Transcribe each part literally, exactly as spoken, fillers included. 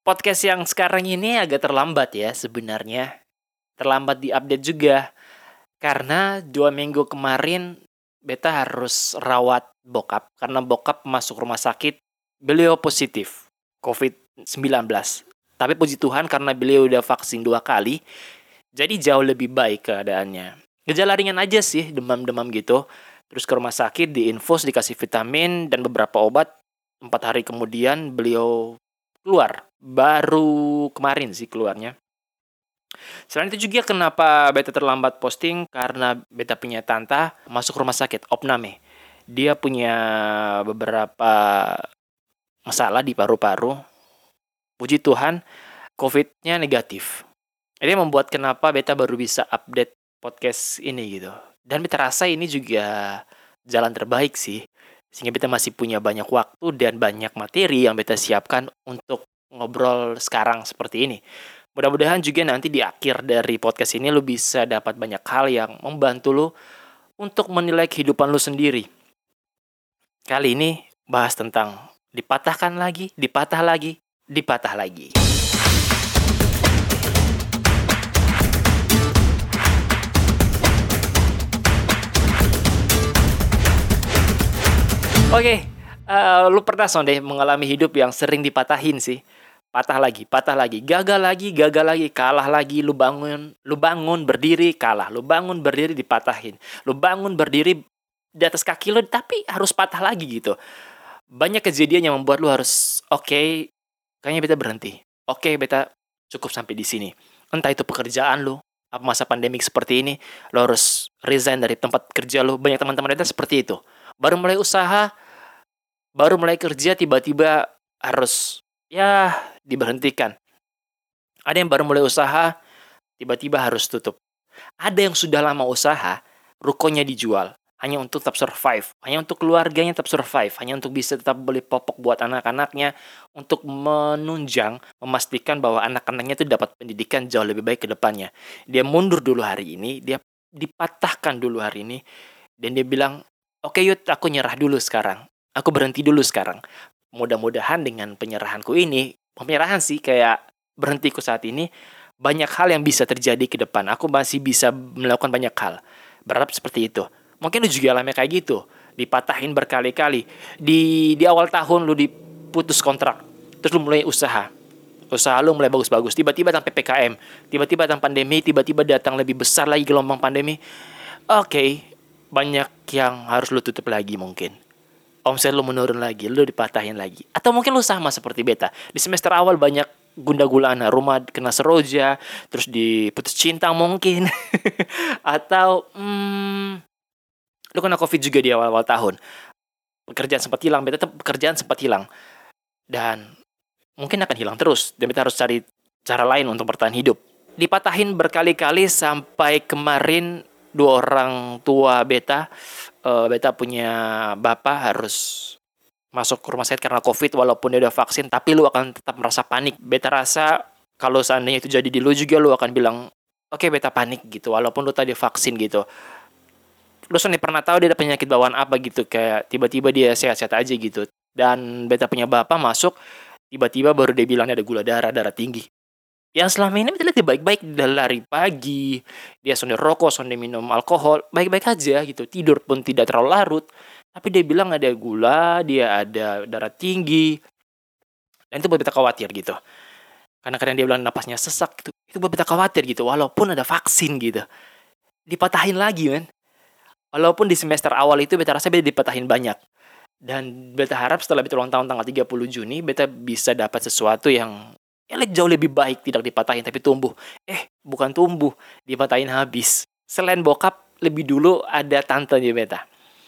podcast yang sekarang ini agak terlambat ya sebenarnya. Terlambat di-update juga. Karena dua minggu kemarin beta harus rawat bokap. Karena bokap masuk rumah sakit, beliau positif covid sembilan belas. Tapi puji Tuhan karena beliau udah vaksin dua kali, jadi jauh lebih baik keadaannya. Gejala ringan aja sih, demam-demam gitu. Terus ke rumah sakit, diinfus, dikasih vitamin dan beberapa obat. Empat hari kemudian beliau keluar. Baru kemarin sih keluarnya. Selain itu juga kenapa beta terlambat posting, karena beta punya tanta masuk rumah sakit, opname. Dia punya beberapa masalah di paru-paru. Puji Tuhan, COVID-nya negatif. Ini membuat kenapa beta baru bisa update podcast ini gitu. Dan beta rasa ini juga jalan terbaik sih. Sehingga beta masih punya banyak waktu dan banyak materi yang beta siapkan untuk ngobrol sekarang seperti ini. Mudah-mudahan juga nanti di akhir dari podcast ini lu bisa dapat banyak hal yang membantu lu untuk menilai kehidupan lu sendiri. Kali ini bahas tentang dipatahkan lagi, dipatah lagi, dipatah lagi. Oke, uh, lu pernah son deh mengalami hidup yang sering dipatahin sih. Patah lagi, patah lagi, gagal lagi, gagal lagi, kalah lagi, lu bangun, lu bangun, berdiri, kalah, lu bangun, berdiri, dipatahin. Lu bangun, berdiri di atas kaki lu, tapi harus patah lagi gitu. Banyak kejadian yang membuat lu harus, oke, okay, kayaknya beta berhenti. Oke, okay, beta cukup sampai di sini. Entah itu pekerjaan lu, apa masa pandemik seperti ini, lu harus resign dari tempat kerja lu. Banyak teman-teman beta seperti itu. Baru mulai usaha, baru mulai kerja, tiba-tiba harus, ya, diberhentikan. Ada yang baru mulai usaha, tiba-tiba harus tutup. Ada yang sudah lama usaha, rukonya dijual. Hanya untuk tetap survive. Hanya untuk keluarganya tetap survive. Hanya untuk bisa tetap beli popok buat anak-anaknya. Untuk menunjang, memastikan bahwa anak-anaknya itu dapat pendidikan jauh lebih baik ke depannya. Dia mundur dulu hari ini. Dia dipatahkan dulu hari ini. Dan dia bilang, oke Yud, aku nyerah dulu sekarang. Aku berhenti dulu sekarang. Mudah-mudahan dengan penyerahanku ini, penyerahan sih kayak berhentiku saat ini, banyak hal yang bisa terjadi ke depan. Aku masih bisa melakukan banyak hal. Berharap seperti itu. Mungkin lu juga alami kayak gitu. Dipatahin berkali-kali. Di di awal tahun lu diputus kontrak. Terus lu mulai usaha. Usaha lu mulai bagus-bagus. Tiba-tiba datang P P K M. Tiba-tiba datang pandemi. Tiba-tiba datang lebih besar lagi gelombang pandemi. Oke. Okay. Banyak yang harus lu tutup lagi mungkin. Omset lu menurun lagi. Lu dipatahin lagi. Atau mungkin lu sama seperti beta. Di semester awal banyak gunda-gulana, rumah kena seroja, terus diputus cinta mungkin. Atau hmm, lu kena covid juga di awal-awal tahun. Pekerjaan sempat hilang, beta tetap pekerjaan sempat hilang. Dan mungkin akan hilang terus. Dan beta harus cari cara lain untuk bertahan hidup. Dipatahin berkali-kali sampai kemarin dua orang tua beta, uh, beta punya bapak harus masuk ke rumah sakit karena covid walaupun dia udah vaksin, tapi lu akan tetap merasa panik. Beta rasa kalau seandainya itu jadi di lu juga, lu akan bilang, oke okay, beta panik gitu, walaupun lu tadi vaksin gitu. Lu sendiri pernah tahu dia ada penyakit bawaan apa gitu, kayak tiba-tiba dia sehat-sehat aja gitu. Dan beta punya bapak masuk, tiba-tiba baru dia bilang dia ada gula darah, darah tinggi. Yang selama ini beta lihat dia baik-baik, dia lari pagi, dia sonde rokok, sonde minum alkohol, baik-baik aja gitu. Tidur pun tidak terlalu larut. Tapi dia bilang ada gula, dia ada darah tinggi. Dan itu buat beta khawatir gitu. Karena kadang dia bilang napasnya sesak gitu. Itu buat beta khawatir gitu, walaupun ada vaksin gitu. Dipatahin lagi men. Walaupun di semester awal itu beta rasa beta dipatahin banyak. Dan beta harap setelah beta ulang tahun tanggal tiga puluh Juni, beta bisa dapat sesuatu yang ya, jauh lebih baik, tidak dipatahin tapi tumbuh. Eh, bukan tumbuh, dipatahin habis. Selain bokap, lebih dulu ada tantenya beta.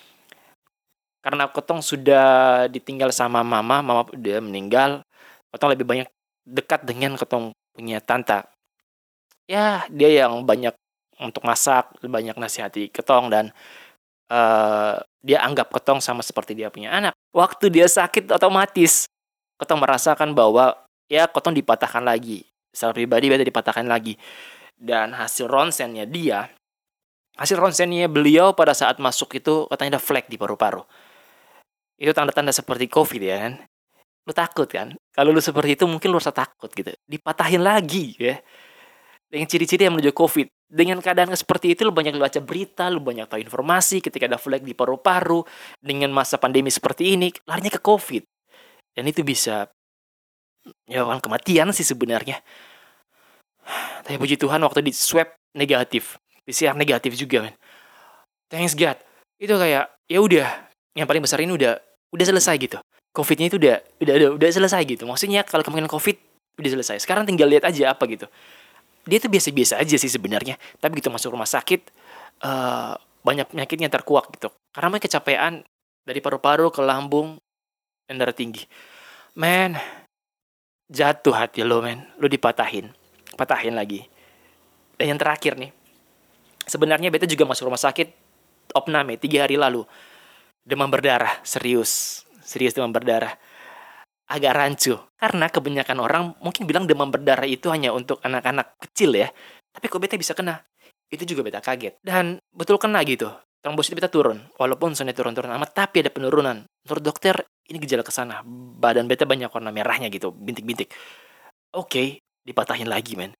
Karena Kotong sudah ditinggal sama mama, mama udah meninggal. Kotong lebih banyak dekat dengan Kotong punya tanta. Ya, dia yang banyak untuk masak, banyak nasihati Kotong dan uh, dia anggap Kotong sama seperti dia punya anak. Waktu dia sakit otomatis Kotong merasakan bahwa ya Kotong dipatahkan lagi. Secara pribadi beta dipatahkan lagi. Dan hasil ronsennya dia, hasil ronsennya beliau pada saat masuk itu katanya ada flek di paru-paru. Itu tanda-tanda seperti COVID ya kan. Lu takut kan? Kalau lu seperti itu mungkin lu rasa takut gitu, dipatahin lagi ya, dengan ciri-ciri yang menuju Covid. Dengan keadaan seperti itu lu banyak baca berita, lu banyak tahu informasi ketika ada flek di paru-paru, dengan masa pandemi seperti ini, larinya ke Covid. Dan itu bisa menyebabkan kematian sih sebenarnya. Tapi puji Tuhan waktu di swab negatif, P C R negatif juga men. Thanks God. Itu kayak ya udah, yang paling besar ini udah udah selesai gitu. Covid-nya itu udah udah udah, udah selesai gitu. Maksudnya kalau kemungkinan Covid udah selesai. Sekarang tinggal lihat aja apa gitu. Dia tuh biasa-biasa aja sih sebenarnya. Tapi begitu masuk rumah sakit eh banyak penyakitnya terkuak gitu. Karena mereka kecapean dari paru-paru ke lambung dan darah tinggi. Men, jatuh hati lo men. Lo dipatahin. Patahin lagi. Dan yang terakhir nih. Sebenarnya beta juga masuk rumah sakit opname tiga hari lalu. Demam berdarah, serius. Serius demam berdarah. Agak rancu. Karena kebanyakan orang mungkin bilang demam berdarah itu hanya untuk anak-anak kecil ya. Tapi kok beta bisa kena? Itu juga beta kaget. Dan betul kena gitu. Trombosit beta turun. Walaupun sonnya turun-turun amat, tapi ada penurunan. Menurut dokter, ini gejala kesana. Badan beta banyak warna merahnya gitu, bintik-bintik. Oke, dipatahin lagi men.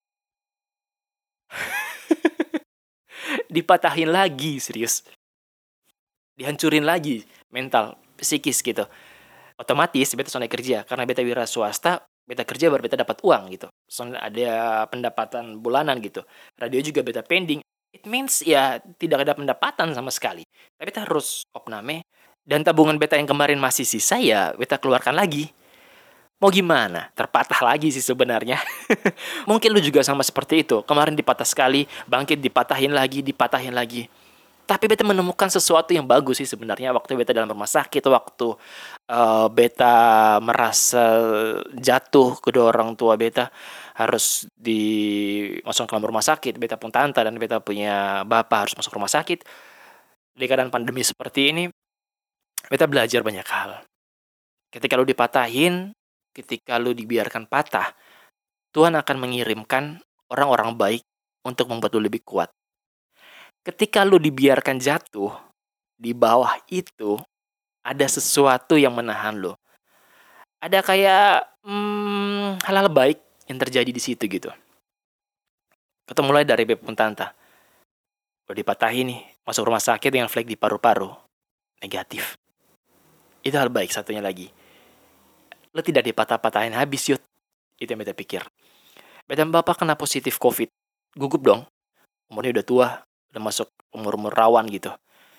Dipatahin lagi, serius. Dihancurin lagi mental, psikis gitu. Otomatis beta sonai kerja karena beta wira swasta, beta kerja baru beta dapat uang gitu. Soalnya ada pendapatan bulanan gitu. Radio juga beta pending. It means ya tidak ada pendapatan sama sekali. Tapi beta harus opname dan tabungan beta yang kemarin masih sisa ya beta keluarkan lagi. Mau gimana? Terpatah lagi sih sebenarnya. Mungkin lu juga sama seperti itu. Kemarin dipatah sekali, bangkit dipatahin lagi, dipatahin lagi. Tapi beta menemukan sesuatu yang bagus sih sebenarnya waktu beta dalam rumah sakit, waktu uh, beta merasa jatuh, kedua orang tua beta harus dimasukkan ke dalam rumah sakit. Beta pun tante dan beta punya bapak harus masuk rumah sakit. Di keadaan pandemi seperti ini, beta belajar banyak hal. Ketika lu dipatahin, ketika lu dibiarkan patah, Tuhan akan mengirimkan orang-orang baik untuk membuat lu lebih kuat. Ketika lu dibiarkan jatuh, di bawah itu ada sesuatu yang menahan lu. Ada kayak hmm, hal-hal baik yang terjadi di situ gitu. Ketemu mulai dari Beb Puntanta. Udah dipatahin nih, masuk rumah sakit dengan flek di paru-paru. Negatif. Itu hal baik satunya lagi. Lu tidak dipatah-patahin habis yut. Itu yang beta pikir. Beta bapak kena positif Covid. Gugup dong. Umurnya udah tua. Udah masuk umur-umur rawan gitu.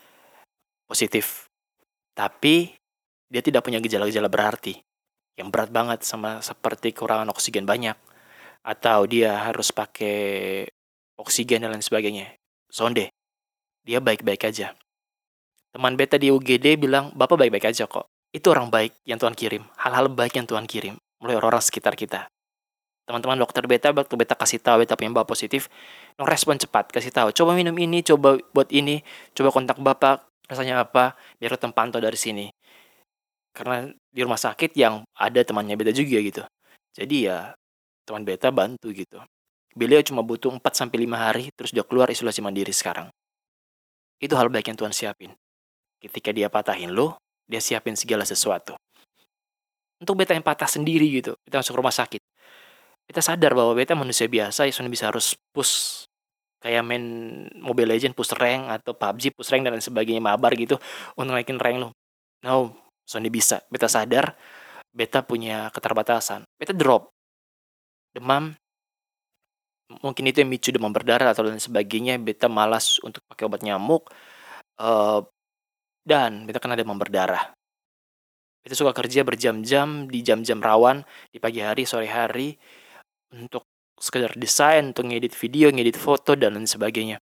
Positif. Tapi dia tidak punya gejala-gejala berarti. Yang berat banget sama seperti kekurangan oksigen banyak. Atau dia harus pakai oksigen dan lain sebagainya. Sonde. Dia baik-baik aja. Teman beta di U G D bilang, Bapak baik-baik aja kok. Itu orang baik yang Tuhan kirim. Hal-hal baik yang Tuhan kirim. Mulai orang-orang sekitar kita. Teman-teman dokter beta waktu beta kasih tahu beta punya bapak positif, dong respon cepat, kasih tahu, coba minum ini, coba buat ini, coba kontak bapak, rasanya apa, biar kita pantau dari sini. Karena di rumah sakit yang ada temannya beta juga gitu. Jadi ya teman beta bantu gitu. Beliau cuma butuh empat sampai lima hari terus dia keluar isolasi mandiri sekarang. Itu hal baik yang Tuhan siapin. Ketika dia patahin lo, dia siapin segala sesuatu. Untuk beta yang patah sendiri gitu, kita masuk rumah sakit. Kita sadar bahwa beta manusia biasa yang bisa harus push kayak main Mobile Legends push rank atau P U B G push rank dan lain sebagainya mabar gitu untuk naikin rank lo. No, Sony bisa. Beta sadar beta punya keterbatasan. Beta drop. Demam. Mungkin itu yang micu demam berdarah atau lain sebagainya. Beta malas untuk pakai obat nyamuk. Uh, dan beta kena demam berdarah. Beta suka kerja berjam-jam di jam-jam rawan di pagi hari, sore hari untuk sekedar desain, untuk ngedit video, ngedit foto, dan lain sebagainya.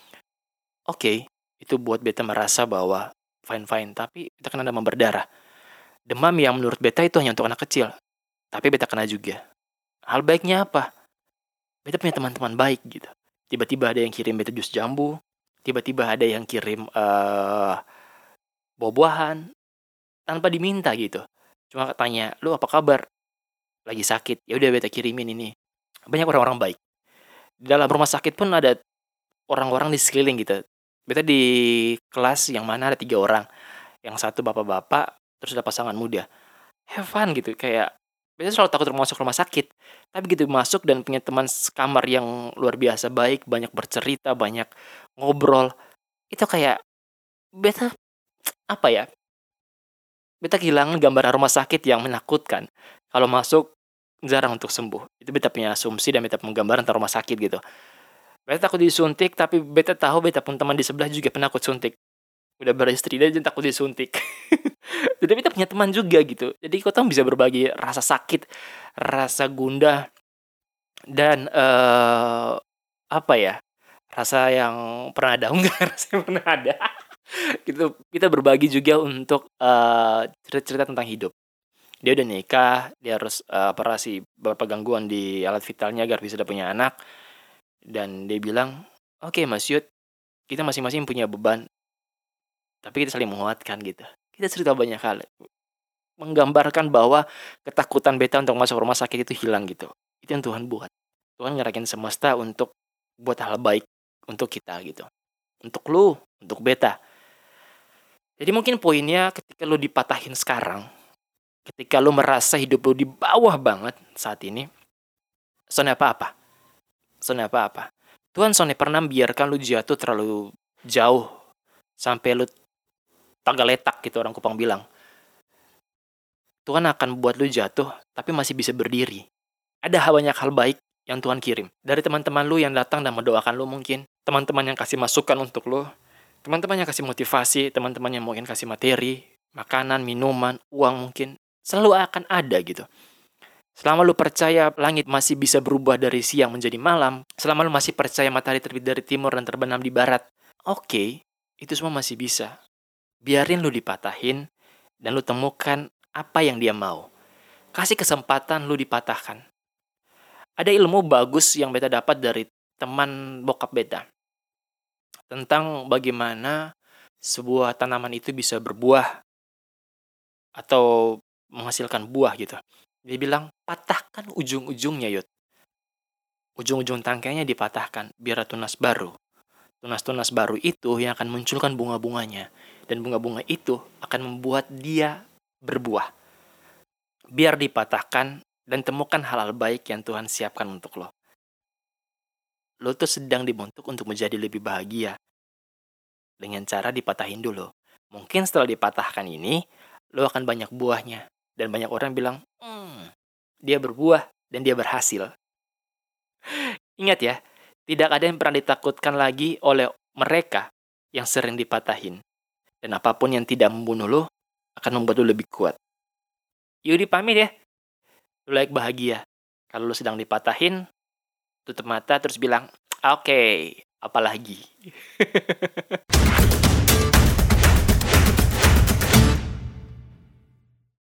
Oke, okay, itu buat beta merasa bahwa fine-fine, tapi beta kena demam berdarah. Demam yang menurut beta itu hanya untuk anak kecil, tapi beta kena juga. Hal baiknya apa? Beta punya teman-teman baik gitu. Tiba-tiba ada yang kirim beta jus jambu, tiba-tiba ada yang kirim uh, buah-buahan, tanpa diminta gitu. Cuma tanya, lu apa kabar? Lagi sakit, ya udah beta kirimin ini. Banyak orang-orang baik. Di dalam rumah sakit pun ada orang-orang di sekeliling gitu. Beta di kelas yang mana ada tiga orang. Yang satu bapak-bapak, terus ada pasangan muda. have fun gitu, kayak biasanya selalu takut masuk rumah sakit, tapi begitu masuk dan punya teman sekamar yang luar biasa baik, banyak bercerita, banyak ngobrol, itu kayak beta apa ya, beta kehilangan gambaran rumah sakit yang menakutkan. Kalau masuk jarang untuk sembuh. Itu beta punya asumsi dan beta penggambaran tentang rumah sakit gitu. Beta takut disuntik, tapi beta tahu beta pun teman di sebelah juga penakut suntik. Udah beristri dia takut disuntik. Jadi beta punya teman juga gitu. Jadi kita bisa berbagi rasa sakit, rasa gundah, dan eh apa ya? Rasa yang pernah ada enggak? Rasa yang pernah ada. Gitu. Kita berbagi juga untuk eh cerita-cerita tentang hidup. Dia udah nikah, dia harus eh, operasi beberapa gangguan di alat vitalnya agar bisa punya anak. Dan dia bilang, oke Mas Yud, kita masing-masing punya beban, tapi kita saling menguatkan gitu. Kita cerita banyak hal, menggambarkan bahwa ketakutan beta untuk masuk rumah sakit itu hilang gitu. Itu yang Tuhan buat. Tuhan ngerakin semesta untuk buat hal baik untuk kita gitu. Untuk lu, untuk beta. Jadi mungkin poinnya ketika lu dipatahin sekarang, ketika lu merasa hidup lu di bawah banget saat ini, soalnya apa-apa. Soalnya apa-apa. Tuhan soalnya pernah biarkan lu jatuh terlalu jauh sampai lu tagaletak gitu orang Kupang bilang. Tuhan akan buat lu jatuh tapi masih bisa berdiri. Ada banyak hal baik yang Tuhan kirim. Dari teman-teman lu yang datang dan mendoakan lu mungkin. Teman-teman yang kasih masukan untuk lu. Teman-teman yang kasih motivasi. Teman-teman yang mungkin kasih materi. Makanan, minuman, uang mungkin. Selalu akan ada gitu. Selama lu percaya langit masih bisa berubah dari siang menjadi malam. Selama lu masih percaya matahari terbit dari timur dan terbenam di barat. Oke, okay, itu semua masih bisa. Biarin lu dipatahin. Dan lu temukan apa yang dia mau. Kasih kesempatan lu dipatahkan. Ada ilmu bagus yang beta dapat dari teman bokap beta. Tentang bagaimana sebuah tanaman itu bisa berbuah. Atau menghasilkan buah gitu. Dia bilang, patahkan ujung-ujungnya Yud. Ujung-ujung tangkainya dipatahkan, biar tunas baru. Tunas-tunas baru itu yang akan munculkan bunga-bunganya. Dan bunga-bunga itu akan membuat dia berbuah. Biar dipatahkan dan temukan hal-hal baik yang Tuhan siapkan untuk lo. Lo tuh sedang dibentuk untuk menjadi lebih bahagia. Dengan cara dipatahin dulu. Mungkin setelah dipatahkan ini, lo akan banyak buahnya. Dan banyak orang bilang, hmm, dia berbuah dan dia berhasil. Ingat ya, tidak ada yang pernah ditakutkan lagi oleh mereka yang sering dipatahin. Dan apapun yang tidak membunuh lo, akan membuat lo lebih kuat. Yudi pamit ya. Lo layak bahagia. Kalau lo sedang dipatahin, tutup mata terus bilang, oke, okay, apalagi.